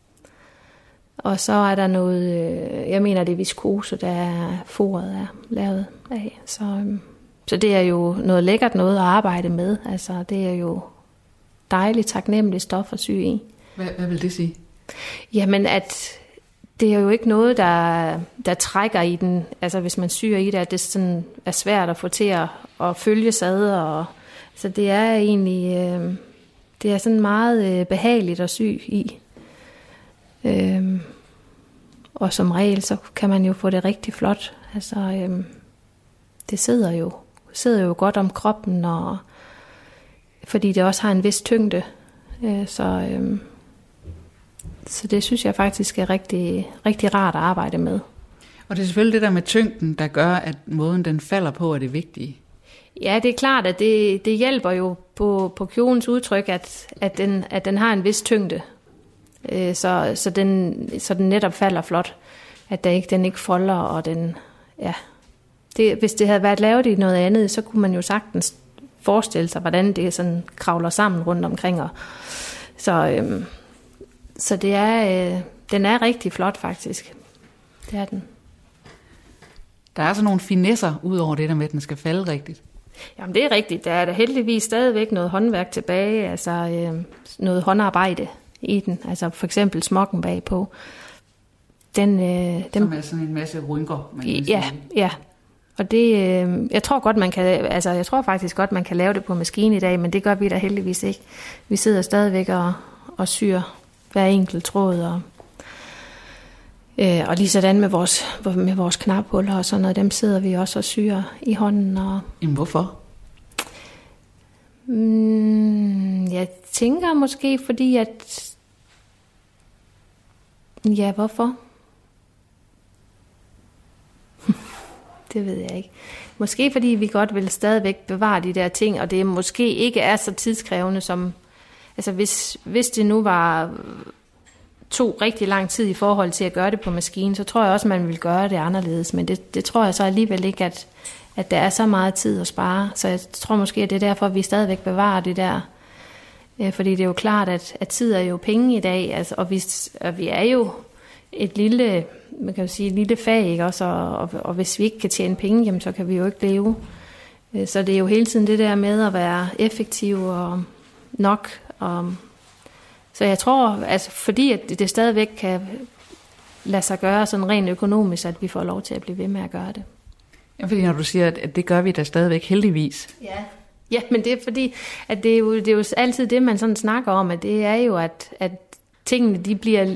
Og så er der noget, jeg mener det er viskose, der foret er lavet af. Så, så det er jo noget lækkert noget at arbejde med. Altså det er jo dejligt taknemmeligt stof at sy i. Hvad, hvad vil det sige? Jamen at det er jo ikke noget, der, der trækker i den. Altså hvis man syr i det, at det sådan er svært at få til at, at følge sad. Og, så det er egentlig det er sådan meget behageligt at sy i. Øhm, og som regel så kan man jo få det rigtig flot. Altså øhm, det sidder jo sidder jo godt om kroppen, og fordi det også har en vis tyngde, øh, så øhm, så det synes jeg faktisk er rigtig rigtig rart at arbejde med. Og det er selvfølgelig det der med tyngden, der gør, at måden den falder på er det vigtige. Ja, det er klart, at det det hjælper jo på på kjolens udtryk, at at den at den har en vis tyngde. Så, så, den, så den netop falder flot, at der ikke, den ikke folder, og den, ja, det, hvis det havde været lavet i noget andet, så kunne man jo sagtens forestille sig, hvordan det sådan kravler sammen rundt omkring, og, så, øhm, så det er, øh, den er rigtig flot faktisk, det er den. Der er altså nogle finesser, ud over det der med, at den skal falde rigtigt. Jamen det er rigtigt, der er der heldigvis stadigvæk noget håndværk tilbage, altså øh, noget håndarbejde i den, altså for eksempel smokken bagpå. Den, øh, den, som er sådan en masse rynker, man kan ja, sige. Ja, og det, øh, jeg tror godt man kan, altså jeg tror faktisk godt man kan lave det på maskine i dag, men det gør vi da heldigvis ikke. Vi sidder stadigvæk og, og syr hver enkelt tråd, og, øh, og lige sådan med vores, med vores knaphuller og sådan noget, dem sidder vi også og syr i hånden. Og, Jamen hvorfor? Mm, jeg tænker måske, fordi at... Ja, hvorfor? Det ved jeg ikke. Måske fordi vi godt vil stadigvæk bevare de der ting, og det måske ikke er så tidskrævende som... Altså hvis, hvis det nu var to rigtig lang tid i forhold til at gøre det på maskinen, så tror jeg også, man vil gøre det anderledes. Men det, det tror jeg så alligevel ikke, at, at der er så meget tid at spare. Så jeg tror måske, at det er derfor, at vi stadigvæk bevarer det der. Fordi det er jo klart, at, at tid er jo penge i dag, altså, og, vi, og vi er jo et lille, man kan jo sige, et lille fag, ikke også? Og, og, og hvis vi ikke kan tjene penge, jamen, så kan vi jo ikke leve. Så det er jo hele tiden det der med at være effektiv og nok. Og, så jeg tror, altså, fordi at det stadigvæk kan lade sig gøre sådan rent økonomisk, at vi får lov til at blive ved med at gøre det. Ja, fordi når du siger, at det gør vi da stadigvæk heldigvis. Ja. Ja, men det er fordi, at det er, jo, det er jo altid det, man sådan snakker om, at det er jo, at, at tingene, de bliver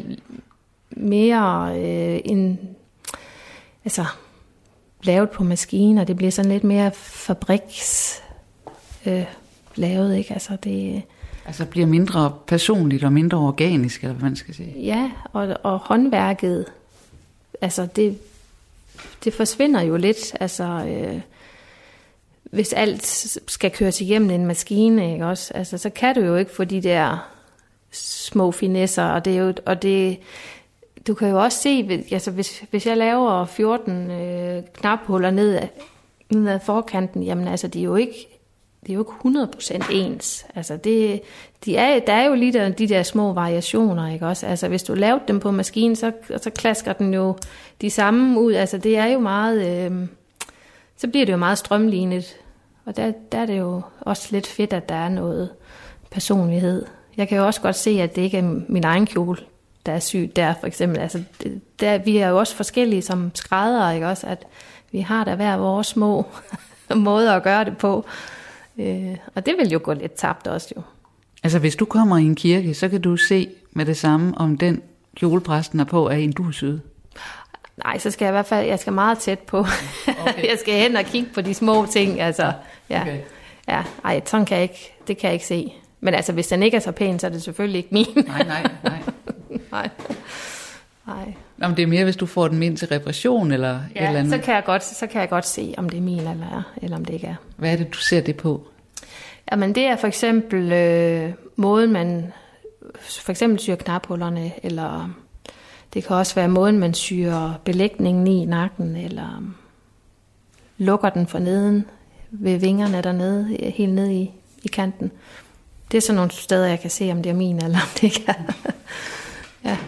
mere øh, en, altså, lavet på maskiner, det bliver sådan lidt mere fabriks øh, lavet, ikke? Altså, det... Altså bliver mindre personligt og mindre organisk, eller hvad man skal sige. Ja, og, og håndværket, altså, det, det forsvinder jo lidt, altså... Øh, hvis alt skal køres igennem en maskine, ikke også? Altså, så kan du jo ikke få de der små finesser, og det er jo, og det, du kan jo også se, altså hvis, hvis jeg laver fjorten øh, knaphuller ned ad, ned ad forkanten, jamen altså, de er jo ikke, de er jo ikke hundrede procent ens. Altså, det, de er, der er jo lige der, de der små variationer, ikke også? Altså, hvis du laver dem på maskinen, så, så klasker den jo de samme ud. Altså, det er jo meget... Øh, så bliver det jo meget strømlignet. Og der, der er det jo også lidt fedt, at der er noget personlighed. Jeg kan jo også godt se, at det ikke er min egen kjole, der er sygt der, for eksempel. Altså, det, der, vi er jo også forskellige som skræddere, ikke også? At vi har da hver vores små måder at gøre det på. Øh, og det vil jo gå lidt tabt også jo. Altså, hvis du kommer i en kirke, så kan du se med det samme, om den kjolepræsten er på, er en du er syet. Nej, så skal jeg i hvert fald, jeg skal meget tæt på. Okay. Jeg skal hen og kigge på de små ting, altså. Ja. Okay. Ja, ej, sådan kan jeg ikke, det kan jeg ikke se. Men altså, hvis den ikke er så pæn, så er det selvfølgelig ikke min. Nej, nej, nej. nej. Nej. Nå, men det er mere, hvis du får den ind til reparation, eller ja, et eller andet. så kan jeg godt, så kan jeg godt se, om det er min, eller, eller om det ikke er. Hvad er det, du ser det på? Jamen, det er for eksempel øh, måden, man for eksempel syr knaphullerne, eller... Det kan også være måden, man syr belægningen i nakken, eller lukker den for neden ved vingerne dernede, helt nede i, i kanten. Det er sådan nogle steder, jeg kan se, om det er min, eller om det ikke er. Ja.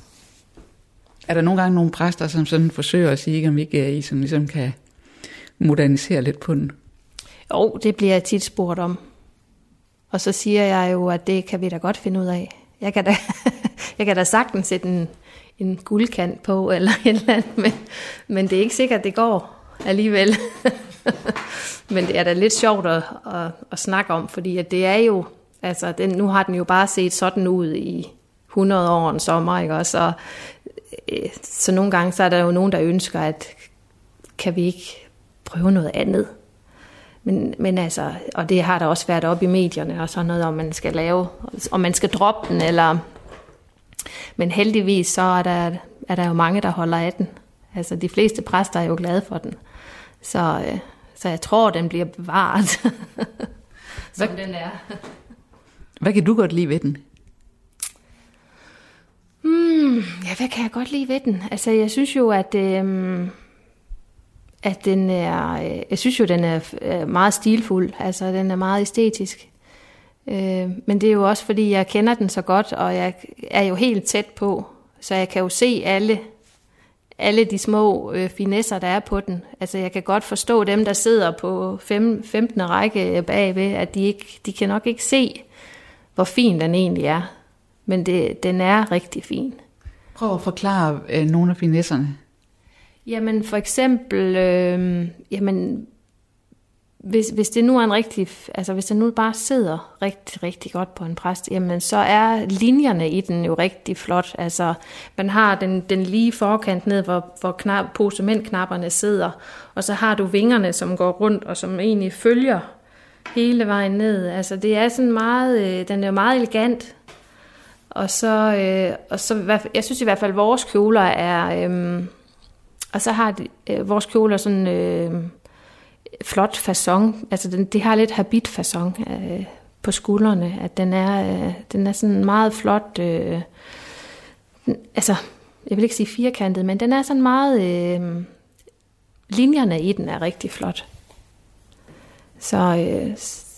Er der nogle gange nogle præster, som sådan forsøger at sige, om ikke I som ligesom kan modernisere lidt på den? Jo, det bliver jeg tit spurgt om. Og så siger jeg jo, at det kan vi da godt finde ud af. Jeg kan da, jeg kan da sagtens sætte en, en guldkant på, eller et eller andet, men, men det er ikke sikkert, at det går alligevel. Men det er da lidt sjovt at, at, at snakke om, fordi at det er jo, altså den, nu har den jo bare set sådan ud i hundrede år en sommer, ikke også? Og, øh, så nogle gange så er der jo nogen, der ønsker, at kan vi ikke prøve noget andet? Men, men altså, og det har der også været op i medierne og sådan noget, om man skal lave, om man skal droppe den, eller... Men heldigvis så er der, er der jo mange, der holder af den. Altså de fleste præster er jo glade for den. Så, øh, så jeg tror, den bliver bevaret, som hvad, den er. Hvad kan du godt lide ved den? Hmm, ja, hvad kan jeg godt lide ved den? Altså jeg synes jo, at... Øh, at den er, jeg synes jo, den er meget stilfuld, altså den er meget æstetisk. Men det er jo også, fordi jeg kender den så godt, og jeg er jo helt tæt på, så jeg kan jo se alle, alle de små finesser, der er på den. Altså jeg kan godt forstå dem, der sidder på femtende række bagved, at de, ikke, de kan nok ikke se, hvor fin den egentlig er. Men det, den er rigtig fin. Prøv at forklare øh, nogle af finesserne. Jamen for eksempel, øh, jamen, hvis, hvis det nu er en rigtig, altså hvis det nu bare sidder rigtig, rigtig godt på en præst, jamen så er linjerne i den jo rigtig flot. Altså man har den, den lige forkant ned, hvor, hvor knap, postamentknapperne sidder, og så har du vingerne, som går rundt, og som egentlig følger hele vejen ned. Altså det er sådan meget, øh, den er meget elegant. Og så, øh, og så, jeg synes i hvert fald, at vores kjoler er, øh, og så har de, øh, vores kjoler sådan øh, flot facon. Altså den, de har lidt habit-facon øh, på skuldrene, at den er, øh, den er sådan meget flot, øh, altså jeg vil ikke sige firkantet, men den er sådan meget, øh, linjerne i den er rigtig flot. Så, øh,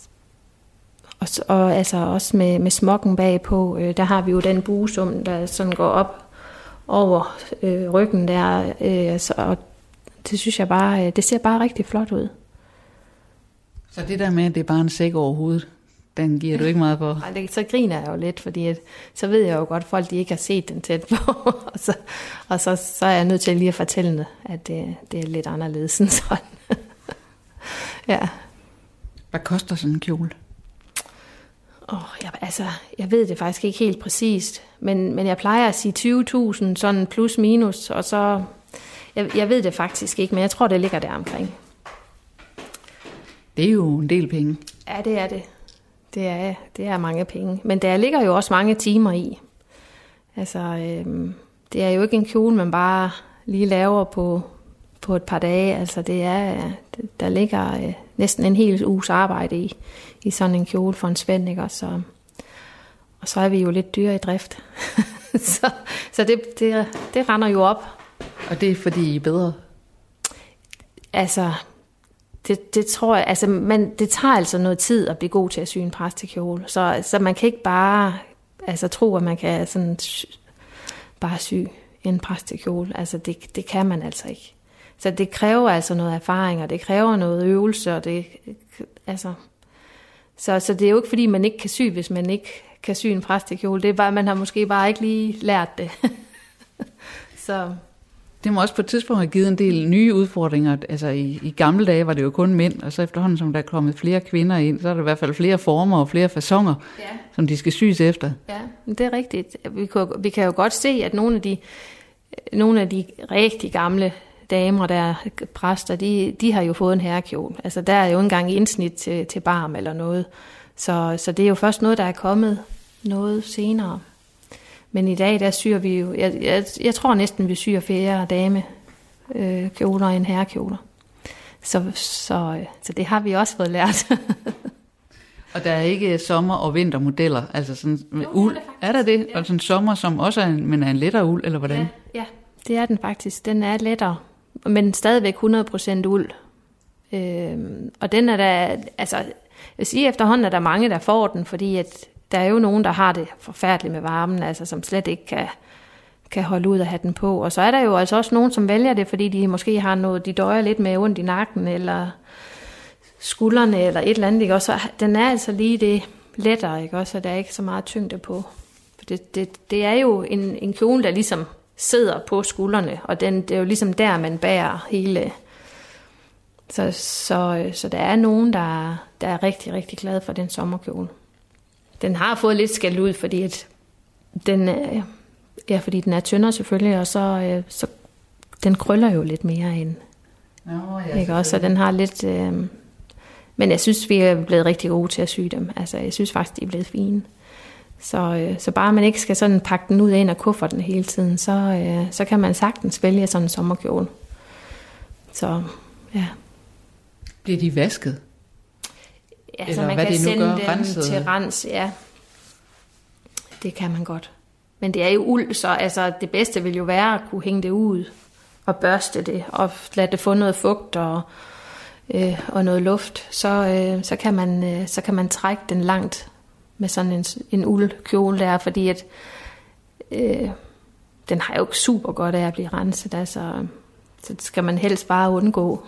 og, og altså også med, med smokken bagpå, øh, der har vi jo den busum, der sådan går op over øh, ryggen der, øh, så, og det synes jeg bare, øh, det ser bare rigtig flot ud. Så det der med, at det er bare en sæk over hovedet, den giver du ikke meget for? Nej, det, så griner jeg jo lidt, fordi at, så ved jeg jo godt, at folk de ikke har set den tæt på, og, så, og så, så er jeg nødt til lige at fortælle det, at det, det er lidt anderledes end sådan. Ja. Hvad koster sådan en kjole? Oh, jeg, altså, jeg ved det faktisk ikke helt præcist, men, men jeg plejer at sige tyve tusind, sådan plus minus, og så, jeg, jeg ved det faktisk ikke, men jeg tror, det ligger der omkring. Det er jo en del penge. Ja, det er det. Det er, det er mange penge, men der ligger jo også mange timer i. Altså, øhm, det er jo ikke en kjole, man bare lige laver på, på et par dage. Altså, det er, der ligger øh, næsten en hel uges arbejde i, i sådan en kjole for en svend, ikke? Og så, og så er vi jo lidt dyre i drift. så så det, det, det render jo op. Og det er fordi I er bedre? Altså, det, det tror jeg, altså, men det tager altså noget tid at blive god til at sy en præstekjole. Så, så man kan ikke bare altså, tro, at man kan sådan, bare sy en præstekjole. Altså, det, det kan man altså ikke. Så det kræver altså noget erfaring, og det kræver noget øvelse, og det, altså, så, så det er jo ikke, fordi man ikke kan sy, hvis man ikke kan sy en præstekjole. Det er bare, man har måske bare ikke lige lært det. så... Det må også på et tidspunkt have givet en del nye udfordringer. Altså i, i gamle dage var det jo kun mænd, og så efterhånden, som der er kommet flere kvinder ind, så er der i hvert fald flere former og flere faconer, ja. Som de skal sys efter. Ja, det er rigtigt. Vi kan, vi kan jo godt se, at nogle af de, nogle af de rigtig gamle damer, der er præster, de, de har jo fået en herrekjole. Altså der er jo ikke engang indsnit til, til barm eller noget. Så, så det er jo først noget, der er kommet noget senere. Men i dag, der syr vi jo, jeg, jeg, jeg tror næsten, vi syr flere dame øh, kjoler end herrekjoler. Så, så, så det har vi også fået lært. Og der er ikke sommer- og vintermodeller, altså sådan med jo, uld. Er, er der det? Ja. Og sådan sommer, som også er en, men er en lettere uld, eller hvordan? Ja, ja, det er den faktisk. Den er lettere, men stadigvæk hundrede procent uld. Øh, og den er der, altså, jeg vil sige, efterhånden er der mange, der får den, fordi at der er jo nogen, der har det forfærdeligt med varmen, altså som slet ikke kan, kan holde ud at have den på. Og så er der jo altså også nogen, som vælger det, fordi de måske har noget, de døjer lidt med ondt i nakken, eller skuldrene, eller et eller andet. Ikke? Og så den er altså lige det lettere, ikke? Også, så der er ikke så meget tyngde på. For det, det, det er jo en, en kjole, der ligesom sidder på skuldrene, og den, det er jo ligesom der, man bærer hele. Så, så, så der er nogen, der, der er rigtig, rigtig glade for den sommerkjole. Den har fået lidt skæld ud, fordi at den, ja, fordi den er tyndere selvfølgelig, og så, så den krøller jo lidt mere end. Oh, ja, ikke også? Så den har lidt. Øh, men jeg synes, vi er blevet rigtig gode til at sy dem. Altså, jeg synes faktisk, de er blevet fine. Så, øh, så bare man ikke skal sådan pakke den ud ind og kufferten hele tiden, så, øh, så kan man sagtens vælge sådan en sommerkjole. Så ja. Bliver de vasket? Ja, eller så man hvad kan de nu sende gør, dem renset? til rens, ja. Det kan man godt. Men det er jo uld, så altså, det bedste vil jo være at kunne hænge det ud og børste det, og lade det få noget fugt og, øh, og noget luft. Så, øh, så, kan man, øh, så kan man trække den langt med sådan en, en uldkjole der, fordi at, øh, den har jo ikke super godt af at blive renset, altså, så det skal man helst bare undgå.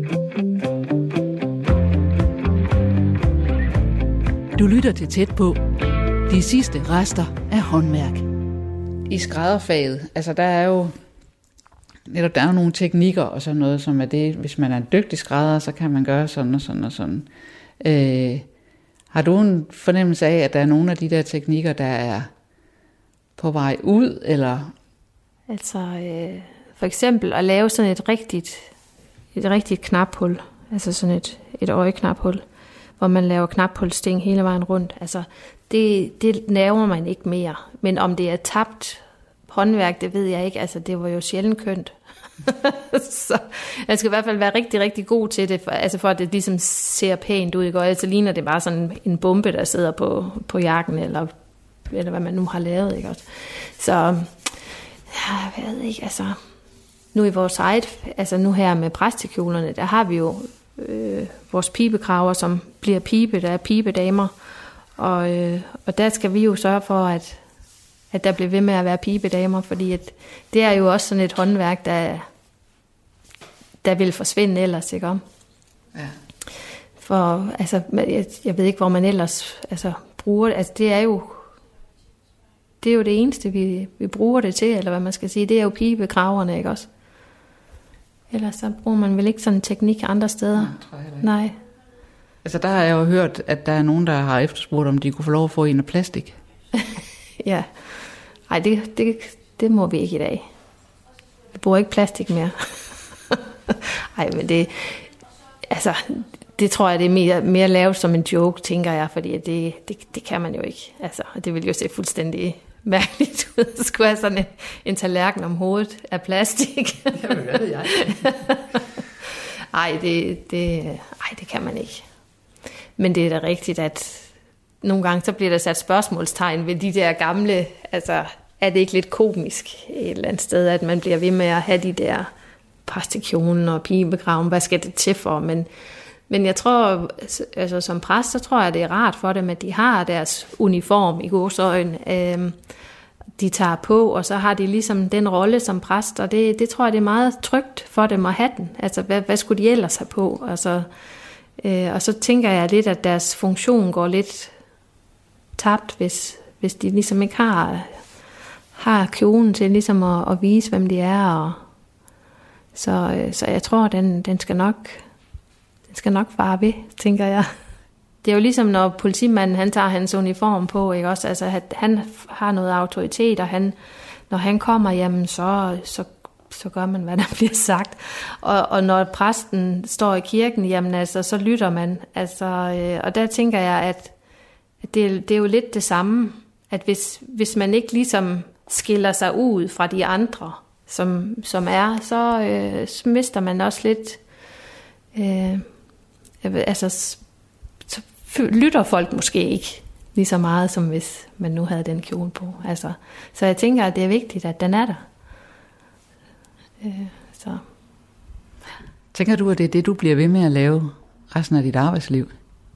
Du lytter til Tæt på. De sidste rester af håndværk. I skrædderfaget, altså der er jo netop der er jo nogle teknikker og sådan noget, som er det, hvis man er en dygtig skrædder, så kan man gøre sådan og sådan og sådan. Øh, har du en fornemmelse af, at der er nogle af de der teknikker, der er på vej ud, eller? Altså øh, for eksempel at lave sådan et rigtigt, et rigtigt knaphul, altså sådan et, et øjeknaphul, hvor man laver knaphulssting hele vejen rundt. Altså, det, det laver man ikke mere. Men om det er tabt håndværk, det ved jeg ikke. Altså, det var jo sjældent kønt. Så jeg skal i hvert fald være rigtig, rigtig god til det, for, altså for at det ligesom ser pænt ud. Ikke? Og så ligner det bare sådan en bombe, der sidder på, på jakken, eller, eller hvad man nu har lavet. Ikke? Så jeg ved ikke, altså... Nu i vores eget, altså nu her med præstekjolerne, der har vi jo øh, vores pibekraver, som bliver pibe, der er pibedamer. Og, øh, og der skal vi jo sørge for, at, at der bliver ved med at være pibedamer, fordi at det er jo også sådan et håndværk, der, der vil forsvinde ellers, ikke om? Ja. For altså, jeg, jeg ved ikke, hvor man ellers altså, bruger det. Altså det er jo... Det er jo det eneste, vi, vi bruger det til, eller hvad man skal sige. Det er jo pibekraverne, ikke også? Ellers så bruger man vel ikke sådan en teknik andre steder. Nej, tror jeg ikke. Nej. Altså der har jeg jo hørt, at der er nogen, der har efterspurgt, om de kunne få lov at få en af plastik. Ja. Nej, det, det, det må vi ikke i dag. Vi bruger ikke plastik mere. Nej, men det... Altså, det tror jeg, det er mere, mere lavet som en joke, tænker jeg, fordi det, det, det kan man jo ikke. Altså, det vil jo se fuldstændig mærkeligt ud, at skulle have sådan en, en tallerken om hovedet af plastik. Jamen, hvad ved jeg? Ej, det, det, ej, det kan man ikke. Men det er da rigtigt, at nogle gange så bliver der sat spørgsmålstegn ved de der gamle, altså er det ikke lidt komisk et eller andet sted, at man bliver ved med at have de der præstekjolen og pigebegraven, hvad skal det til for, men Men jeg tror, altså som præst, så tror jeg, det er rart for dem, at de har deres uniform i godsøjne. Øhm, de tager på, og så har de ligesom den rolle som præst, og det, det tror jeg, det er meget trygt for dem at have den. Altså, hvad, hvad skulle de ellers have på? Altså, øh, og så tænker jeg lidt, at deres funktion går lidt tabt, hvis, hvis de ligesom ikke har, har kjolen til ligesom at, at vise, hvem de er. Og, så, så jeg tror, den, den skal nok... Den skal nok fare ved, tænker jeg. Det er jo ligesom, når politimanden han tager hans uniform på, ikke også? Altså, at han har noget autoritet, og han, når han kommer, jamen, så, så, så gør man, hvad der bliver sagt. Og, og når præsten står i kirken, jamen, altså, så lytter man. Altså, øh, og der tænker jeg, at, at det, det er jo lidt det samme, at hvis, hvis man ikke ligesom skiller sig ud fra de andre, som, som er, så, øh, så mister man også lidt... Øh, altså, så lytter folk måske ikke lige så meget, som hvis man nu havde den kjole på. Altså, så jeg tænker, at det er vigtigt, at den er der. Øh, så. Tænker du, at det er det, du bliver ved med at lave resten af dit arbejdsliv?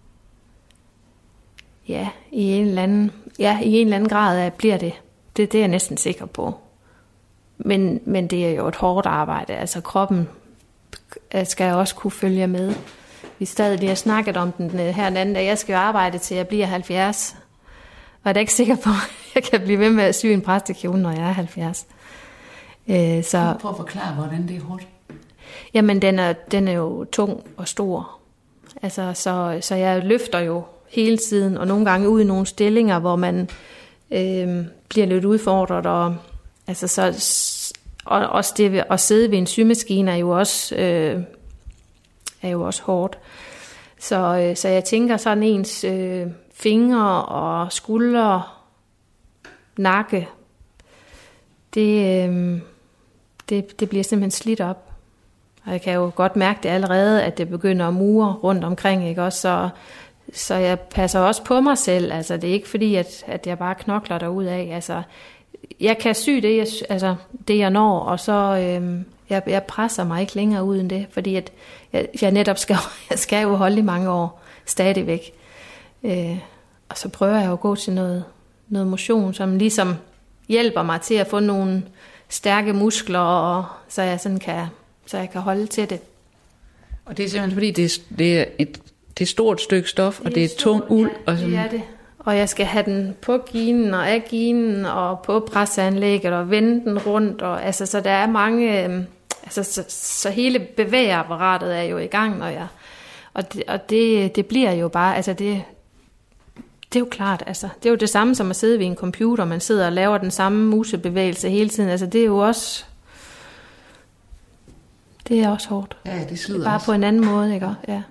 Ja, i en eller anden, ja, i en eller anden grad bliver det. Det, det er jeg næsten sikker på. Men, men det er jo et hårdt arbejde. Altså kroppen skal også kunne følge med. Vi stadig lige har snakket om den her den anden dag. Jeg skal jo arbejde til jeg bliver halvfjerds. Og jeg er ikke sikker på, at jeg kan blive ved med at sy en præstekjole, når jeg er halvfjerds. Øh, så, prøv at forklare, hvordan det er hårdt. Jamen, den er, den er jo tung og stor. Altså, så, så jeg løfter jo hele tiden, og nogle gange ud i nogle stillinger, hvor man øh, bliver lidt udfordret. Og, altså, så, og også det at sidde ved en symaskine er jo også... Øh, er jo også hårdt. Så, øh, så jeg tænker sådan ens øh, fingre og skuldre, nakke, det, øh, det, det bliver simpelthen slidt op. Og jeg kan jo godt mærke det allerede, at det begynder at mure rundt omkring, ikke også? Så, så jeg passer også på mig selv. Altså, det er ikke fordi, at, at jeg bare knokler derudad. Altså, jeg kan sy det, jeg, altså, det jeg når, og så... Øh, Jeg, jeg presser mig ikke længere ud end det, fordi at jeg, jeg netop skal, jeg skal jo holde i mange år stadigvæk. Øh, og så prøver jeg jo at gå til noget, noget motion, som ligesom hjælper mig til at få nogle stærke muskler, og så jeg sådan kan, så jeg kan holde til det. Og det er simpelthen fordi, det er, det er et det er stort stykke stof, det og det er tung uld. Ja, og sådan. Det er det. Og jeg skal have den på ginen og af ginen og på presseanlægget og vende den rundt. Og, altså, så der er mange... Øh, altså, så, så hele bevægeapparatet er jo i gang, når jeg... Og det, og det, det bliver jo bare... Altså, det, det er jo klart, altså. Det er jo det samme som at sidde ved en computer. Man sidder og laver den samme musebevægelse hele tiden. Altså, det er jo også... Det er også hårdt. Ja, det slider bare også. på en anden måde, ikke? Ja. Ja.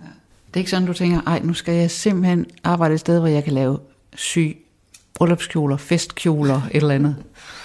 Det er ikke sådan, du tænker, ej, nu skal jeg simpelthen arbejde et sted, hvor jeg kan lave sy bryllupskjoler, festkjoler, et eller andet?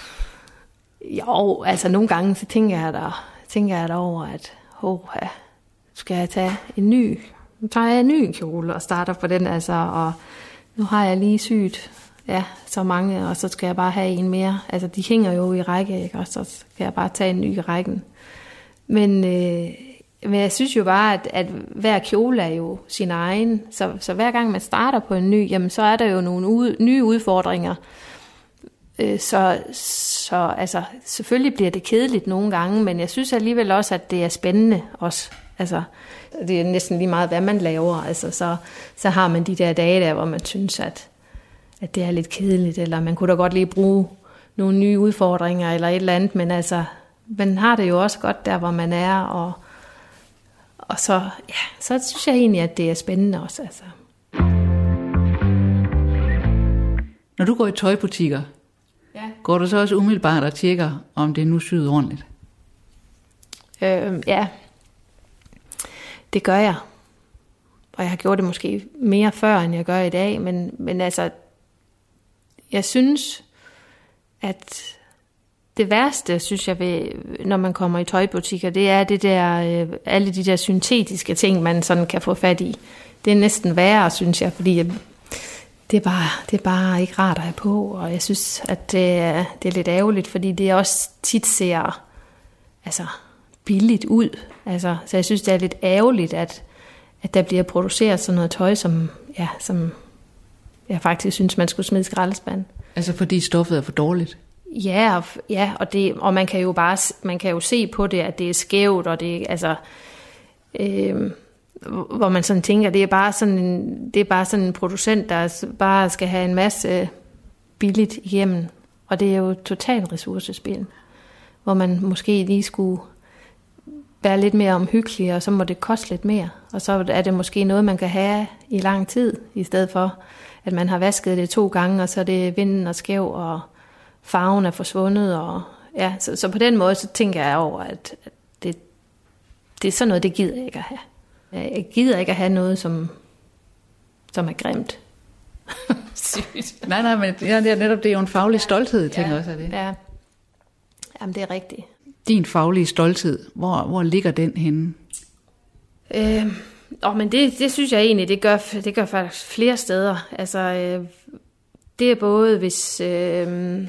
Jo, altså nogle gange, så tænker jeg der, tænker jeg der over, at oh, ja, skal jeg tage en ny, nu tager jeg en ny kjole og starter på den, altså, og nu har jeg lige syet, ja, så mange, og så skal jeg bare have en mere. Altså, de hænger jo i række, ikke? Og så skal jeg bare tage en ny i rækken. Men, øh, men jeg synes jo bare, at, at hver kjole er jo sin egen, så, så hver gang man starter på en ny, jamen så er der jo nogle ud, nye udfordringer. Øh, så, så altså, selvfølgelig bliver det kedeligt nogle gange, men jeg synes alligevel også, at det er spændende også. Altså, det er næsten lige meget, hvad man laver. Altså, så, så har man de der dage der, hvor man synes, at, at det er lidt kedeligt, eller man kunne da godt lige bruge nogle nye udfordringer, eller et eller andet, men altså, man har det jo også godt der, hvor man er, og, og så, ja, så synes jeg egentlig, at det er spændende også. Altså. Når du går i tøjbutikker, ja. Går du så også umiddelbart og tjekker, om det er nu syet ordentligt? Øh, ja, det gør jeg. Og jeg har gjort det måske mere før, end jeg gør i dag, men, men altså, jeg synes, at det værste, synes jeg, ved, når man kommer i tøjbutikker, det er det der, øh, alle de der syntetiske ting, man sådan kan få fat i. Det er næsten værre, synes jeg, fordi det er bare, det er bare ikke rart at have på, og jeg synes, at det er, det er lidt ærgerligt, fordi det også tit ser altså, billigt ud. Altså, så jeg synes, det er lidt ærgerligt, at, at der bliver produceret sådan noget tøj, som, ja, som jeg faktisk synes, man skulle smide i skraldespanden. Altså fordi stoffet er for dårligt? Ja, og, ja, og, det, og man kan jo bare man kan jo se på det, at det er skævt, og det altså, øh, hvor man sådan tænker, det er bare sådan en, det er bare sådan en producent, der bare skal have en masse billigt igennem, og det er jo totalt ressourcespil, hvor man måske lige skulle være lidt mere omhyggelig, og så må det koste lidt mere, og så er det måske noget, man kan have i lang tid, i stedet for, at man har vasket det to gange, og så er det vinden og skæv, og farven er forsvundet, og ja, så, så på den måde, så tænker jeg over, at, at det, det er sådan noget, det gider jeg ikke at have. Jeg gider ikke at have noget, som, som er grimt. Sygt. Nej, nej, men ja, det er netop, det er jo en faglig stolthed, jeg tænker ja, også af det. Ja, jamen det er rigtigt. Din faglige stolthed, hvor, hvor ligger den henne? Øh, åh, men det, det synes jeg egentlig, det gør, det gør faktisk flere steder. Altså, øh, det er både, hvis, øh,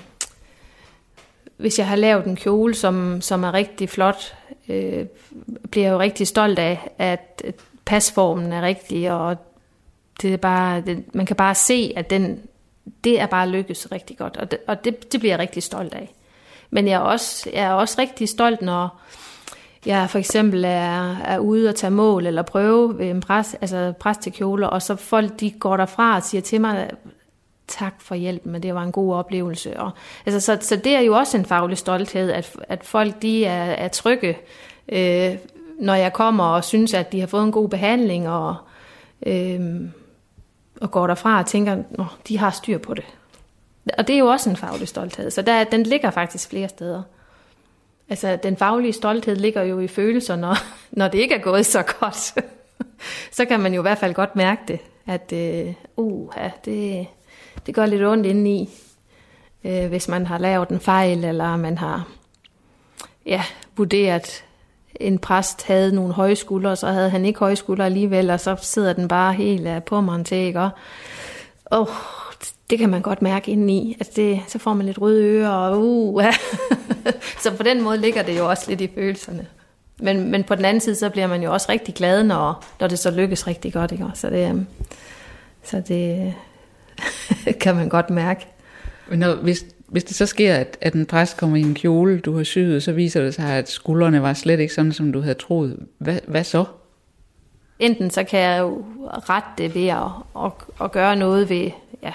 hvis jeg har lavet en kjole, som, som er rigtig flot, øh, bliver jeg jo rigtig stolt af, at pasformen er rigtig, og det er bare, det, man kan bare se, at den, det er bare lykkes rigtig godt, og det, og det, det bliver jeg rigtig stolt af. Men jeg er også, jeg er også rigtig stolt, når jeg for eksempel er, er ude og tage mål, eller prøve ved en præst, altså præstekjoler, og så folk de går derfra og siger til mig, tak for hjælpen, men det var en god oplevelse. Og, altså, så, så det er jo også en faglig stolthed, at, at folk de er, er trygge, øh, når jeg kommer og synes, at de har fået en god behandling, og, øh, og går derfra og tænker, at de har styr på det. Og det er jo også en faglig stolthed, så der, den ligger faktisk flere steder. Altså, den faglige stolthed ligger jo i følelser, når, når det ikke er gået så godt. Så kan man jo i hvert fald godt mærke det, at øh, uh, ja, det, det gør lidt ondt indeni, øh, hvis man har lavet en fejl, eller man har ja, vurderet, en præst havde nogle høje skuldre, så havde han ikke høje skuldre alligevel, og så sidder den bare helt på mig til, ikke? Og oh, det kan man godt mærke indeni, at det, så får man lidt røde ører, og uh, ja. Så på den måde ligger det jo også lidt i følelserne. Men, men på den anden side, så bliver man jo også rigtig glad, når, når det så lykkes rigtig godt, ikke? Så det, så det kan man godt mærke. Men når, hvis, hvis det så sker, at, at en præst kommer i en kjole, du har syet, så viser det sig, at skuldrene var slet ikke sådan, som du havde troet. Hvad, hvad så? Enten så kan jeg jo rette det ved at, at, at gøre noget ved, ja,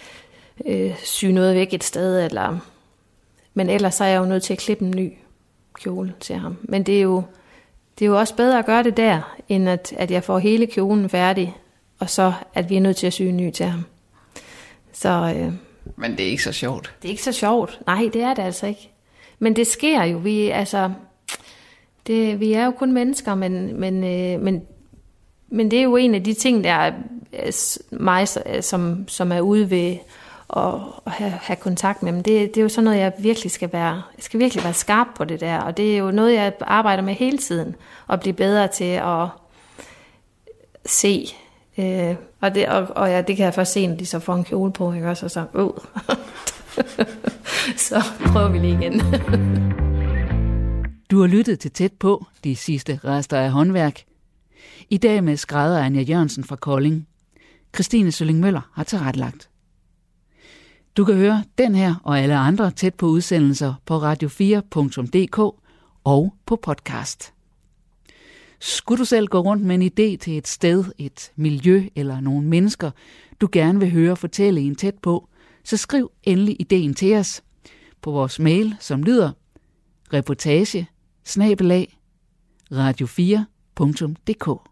øh, sy noget væk et sted, eller, men ellers så er jeg jo nødt til at klippe en ny kjole til ham. Men det er jo, det er jo også bedre at gøre det der, end at, at jeg får hele kjolen færdig, og så at vi er nødt til at sy en ny til ham. Så, øh, men det er ikke så sjovt. Det er ikke så sjovt. Nej, det er det altså ikke. Men det sker jo. Vi, altså, det, vi er jo kun mennesker, men, men, øh, men, Men det er jo en af de ting, der er mig, som, som er ude ved at have, have kontakt med dem. Det, det er jo sådan noget, jeg virkelig skal være, jeg skal virkelig være skarp på det der. Og det er jo noget, jeg arbejder med hele tiden. Og blive bedre til at se. Øh, og det, og, og ja, det kan jeg først se, når de så får en kjole på, ikke også? Og så, uh. så prøver vi lige igen. Du har lyttet til Tæt på, de sidste rester af håndværk. I dag med skrædder Anja Jørgensen fra Kolding. Christine Sølling Møller har tilrettelagt. Du kan høre den her og alle andre Tæt på udsendelser på radio fire punktum d k og på podcast. Skulle du selv gå rundt med en idé til et sted, et miljø eller nogle mennesker, du gerne vil høre fortælle en tæt på, så skriv endelig idéen til os på vores mail, som lyder reportage snabel-a radio fire punktum d k.